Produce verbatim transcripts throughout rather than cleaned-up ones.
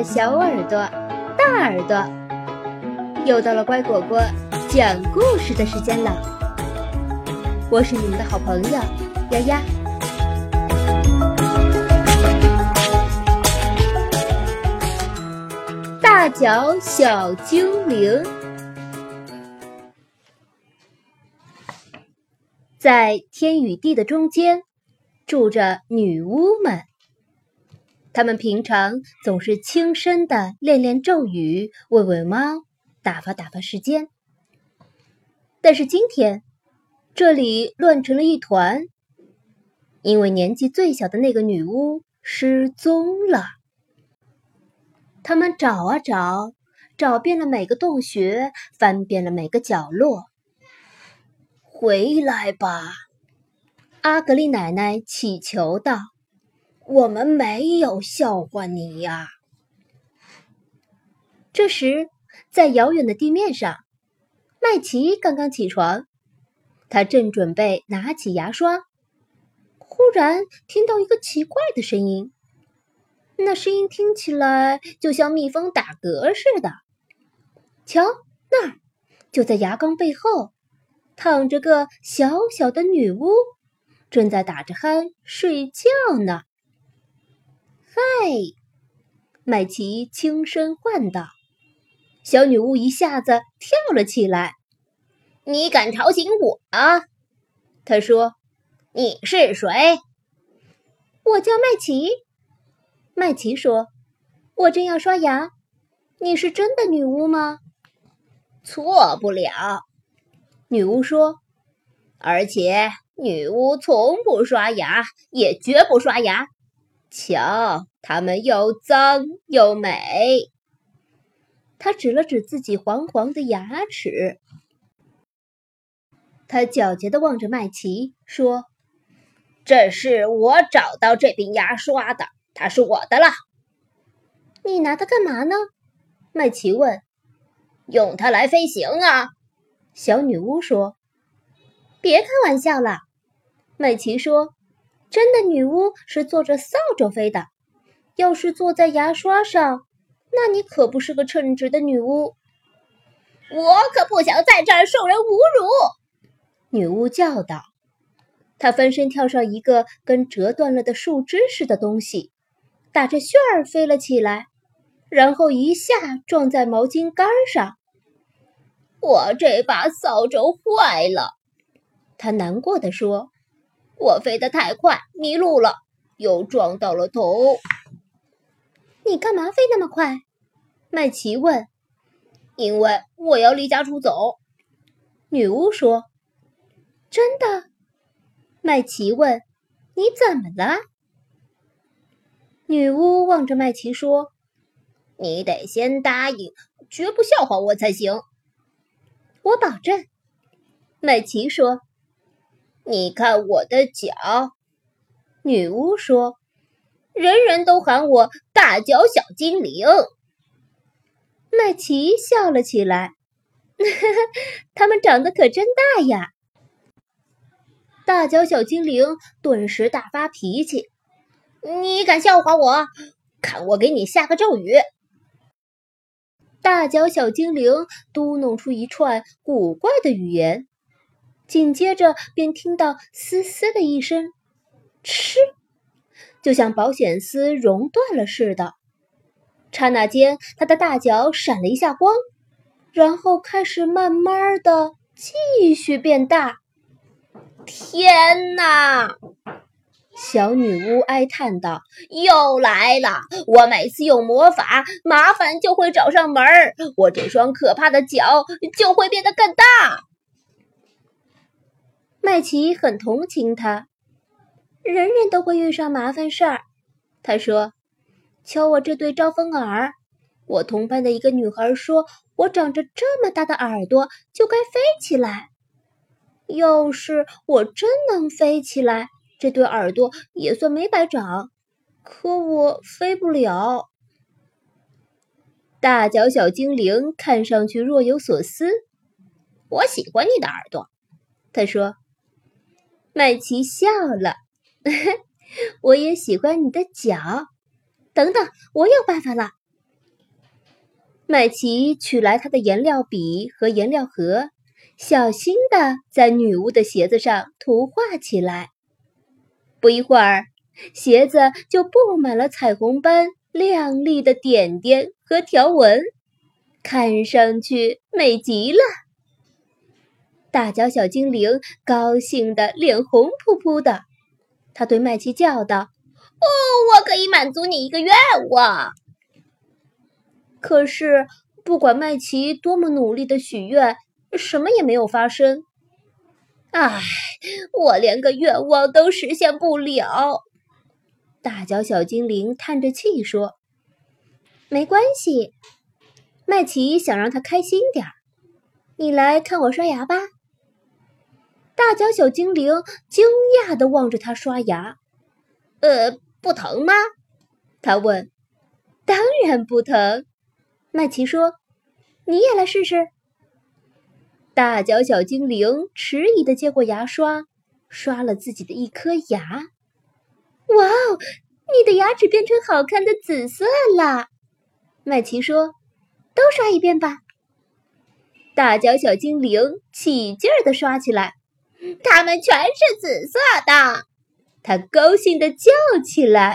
的小耳朵、大耳朵，又到了乖果果讲故事的时间了。我是你们的好朋友丫丫。大脚小精灵。在天与地的中间住着女巫们，她们平常总是轻声地练练咒语，喂喂猫，打发打发时间。但是今天这里乱成了一团，因为年纪最小的那个女巫失踪了。他们找啊找，找遍了每个洞穴，翻遍了每个角落。回来吧，阿格丽奶奶祈求道，我们没有笑话你呀。这时，在遥远的地面上，麦琪刚刚起床，他正准备拿起牙刷，忽然听到一个奇怪的声音，那声音听起来就像蜜蜂打嗝似的。瞧，那儿，就在牙缸背后，躺着个小小的女巫，正在打着鼾睡觉呢。嗨，麦琪轻声唤道。小女巫一下子跳了起来。你敢吵醒我啊？她说。你是谁？我叫麦琪。麦琪说，我正要刷牙。你是真的女巫吗？错不了。女巫说，而且女巫从不刷牙，也绝不刷牙。瞧，她们又脏又美。她指了指自己黄黄的牙齿。她皎洁地望着麦琪，说，这是我找到这柄牙刷的，它是我的了。你拿它干嘛呢？麦琪问。用它来飞行啊。小女巫说。别开玩笑了。麦琪说，真的女巫是坐着扫帚飞的，要是坐在牙刷上，那你可不是个称职的女巫。我可不想在这儿受人侮辱，女巫叫道。她翻身跳上一个跟折断了的树枝似的东西，打着旋儿飞了起来，然后一下撞在毛巾杆上。我这把扫帚坏了，她难过地说，我飞得太快，迷路了，又撞到了头。你干嘛飞那么快？麦琪问。因为我要离家出走。女巫说。真的？麦琪问。你怎么了？女巫望着麦琪说，你得先答应，绝不笑话我才行。我保证。麦琪说。你看我的脚。女巫说。人人都喊我大脚小精灵。麦琪笑了起来。他们长得可真大呀。大脚小精灵顿时大发脾气。你敢笑话我？看我给你下个咒语。大脚小精灵嘟哝出一串古怪的语言，紧接着便听到嘶嘶的一声，嗤，就像保险丝熔断了似的。刹那间，他的大脚闪了一下光，然后开始慢慢的继续变大。天哪！小女巫哀叹道，又来了，我每次用魔法，麻烦就会找上门儿，我这双可怕的脚就会变得更大。麦琪很同情他。人人都会遇上麻烦事儿，他说，瞧我这对招风耳。我同班的一个女孩说，我长着这么大的耳朵就该飞起来。要是我真能飞起来，这对耳朵也算没白长，可我飞不了。大脚小精灵看上去若有所思。我喜欢你的耳朵，他说。麦琪笑了。我也喜欢你的脚。等等，我有办法了。 麦琪取来他的颜料笔和颜料盒，小心地在女巫的鞋子上涂画起来。不一会儿，鞋子就布满了彩虹般亮丽的点点和条纹，看上去美极了。大脚小精灵高兴得脸红扑扑的，他对麦琪叫道：“ 哦，我可以满足你一个愿望。” 可是，不管麦琪多么努力的许愿，什么也没有发生。 唉，我连个愿望都实现不了。 大脚小精灵叹着气说：“没关系。”麦琪想让他开心点儿，你来看我刷牙吧。大脚小精灵惊讶地望着他刷牙。 呃，不疼吗？ 他问。当然不疼。麦琪说：“你也来试试。”大脚小精灵迟疑地接过牙刷，刷了自己的一颗牙。哇哦，你的牙齿变成好看的紫色了！麦琪说：“都刷一遍吧。”大脚小精灵起劲儿地刷起来， 它们全是紫色的。 他高兴地叫起来。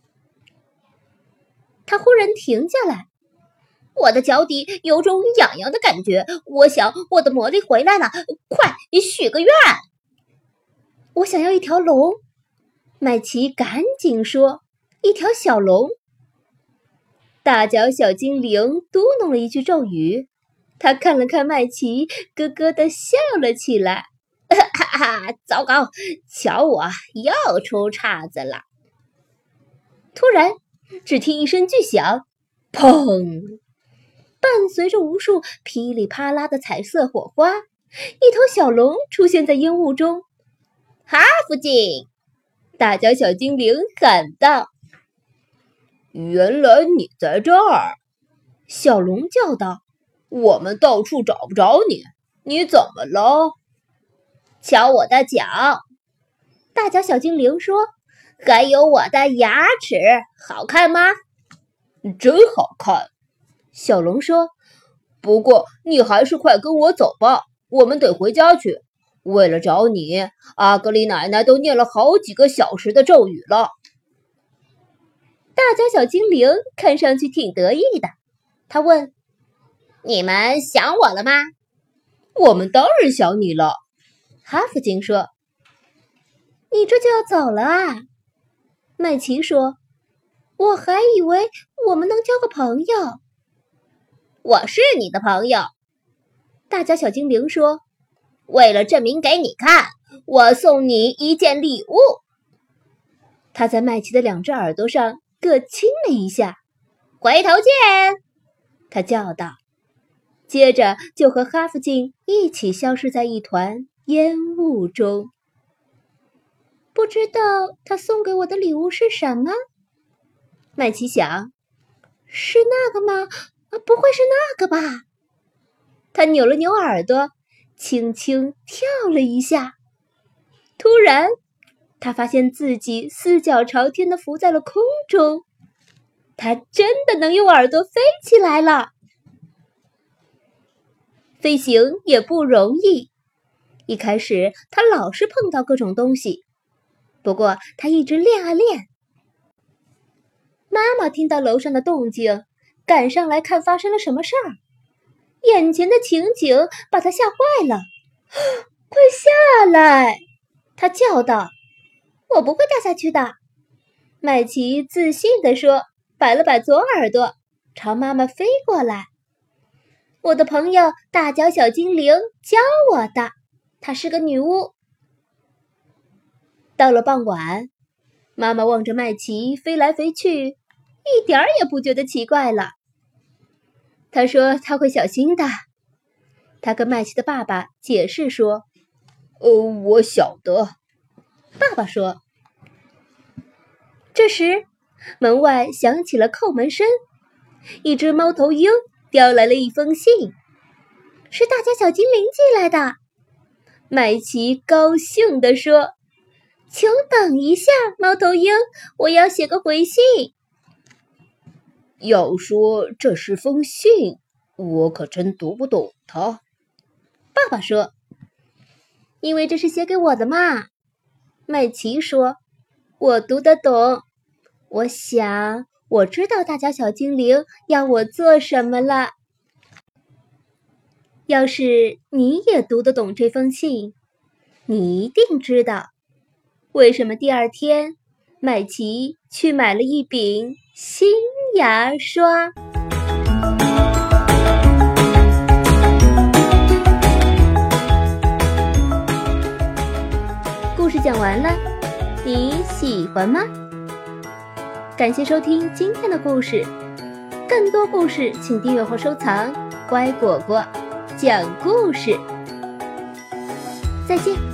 他忽然停下来。 我的脚底有种痒痒的感觉，我想我的魔力回来了，快许个愿！ 我想要一条龙。麦琪赶紧说：“一条小龙。”大脚小精灵嘟哝了一句咒语，他看了看麦琪，咯咯地笑了起来。 哈哈，糟糕，瞧我又出岔子了。 突然，只听一声巨响，砰！伴随着无数噼里啪啦的彩色火花，一头小龙出现在烟雾中。 哈弗精！ 大脚小精灵喊道。 原来你在这儿！ 小龙叫道。 我们到处找不着你，你怎么了？ 瞧我的脚！ 大脚小精灵说。 还有我的牙齿，好看吗？ 真好看。 小龙说：“ 不过你还是快跟我走吧，我们得回家去。为了找你，阿格里奶奶都念了好几个小时的咒语了。” 大脚小精灵看上去挺得意的，他问：“ 你们想我了吗？”“ 我们当然想你了。” 哈弗精说。“你这就要走了啊？”麦琪说。“我还以为我们能交个朋友。”“ 我是你的朋友。” 大脚小精灵说。 “为了证明给你看，我送你一件礼物。” 他在麦琪的两只耳朵上各亲了一下。 “回头见！” 他叫道，接着就和哈弗精一起消失在一团烟雾中。不知道他送给我的礼物是什么？麦琪想，是那个吗？不会是那个吧？他扭了扭耳朵，轻轻跳了一下。突然，他发现自己四脚朝天地浮在了空中。他真的能用耳朵飞起来了。飞行也不容易，一开始他老是碰到各种东西，不过他一直练啊练。妈妈听到楼上的动静，赶上来看发生了什么事儿。眼前的情景把他吓坏了。快下来！他叫道。我不会掉下去的，麦琪自信地说，摆了摆左耳朵，朝妈妈飞过来。我的朋友大脚小精灵教我的，她是个女巫。到了傍晚，妈妈望着麦琪飞来飞去，一点儿也不觉得奇怪了。她说她会小心的。她跟麦琪的爸爸解释说：“ 呃，我晓得。” 爸爸说。这时，门外响起了叩门声，一只猫头鹰叼来了一封信，是大家小精灵寄来的。麦琪高兴地说：“请等一下，猫头鹰，我要写个回信。” 要说这是封信，我可真读不懂它。 爸爸说：“因为这是写给我的嘛。”麦琪说：“我读得懂。我想我知道大家小精灵要我做什么了。”要是你也读得懂这封信，你一定知道为什么第二天麦琪去买了一柄新牙刷。故事讲完了，你喜欢吗？感谢收听今天的故事，更多故事请订阅或收藏乖果果讲故事。再见。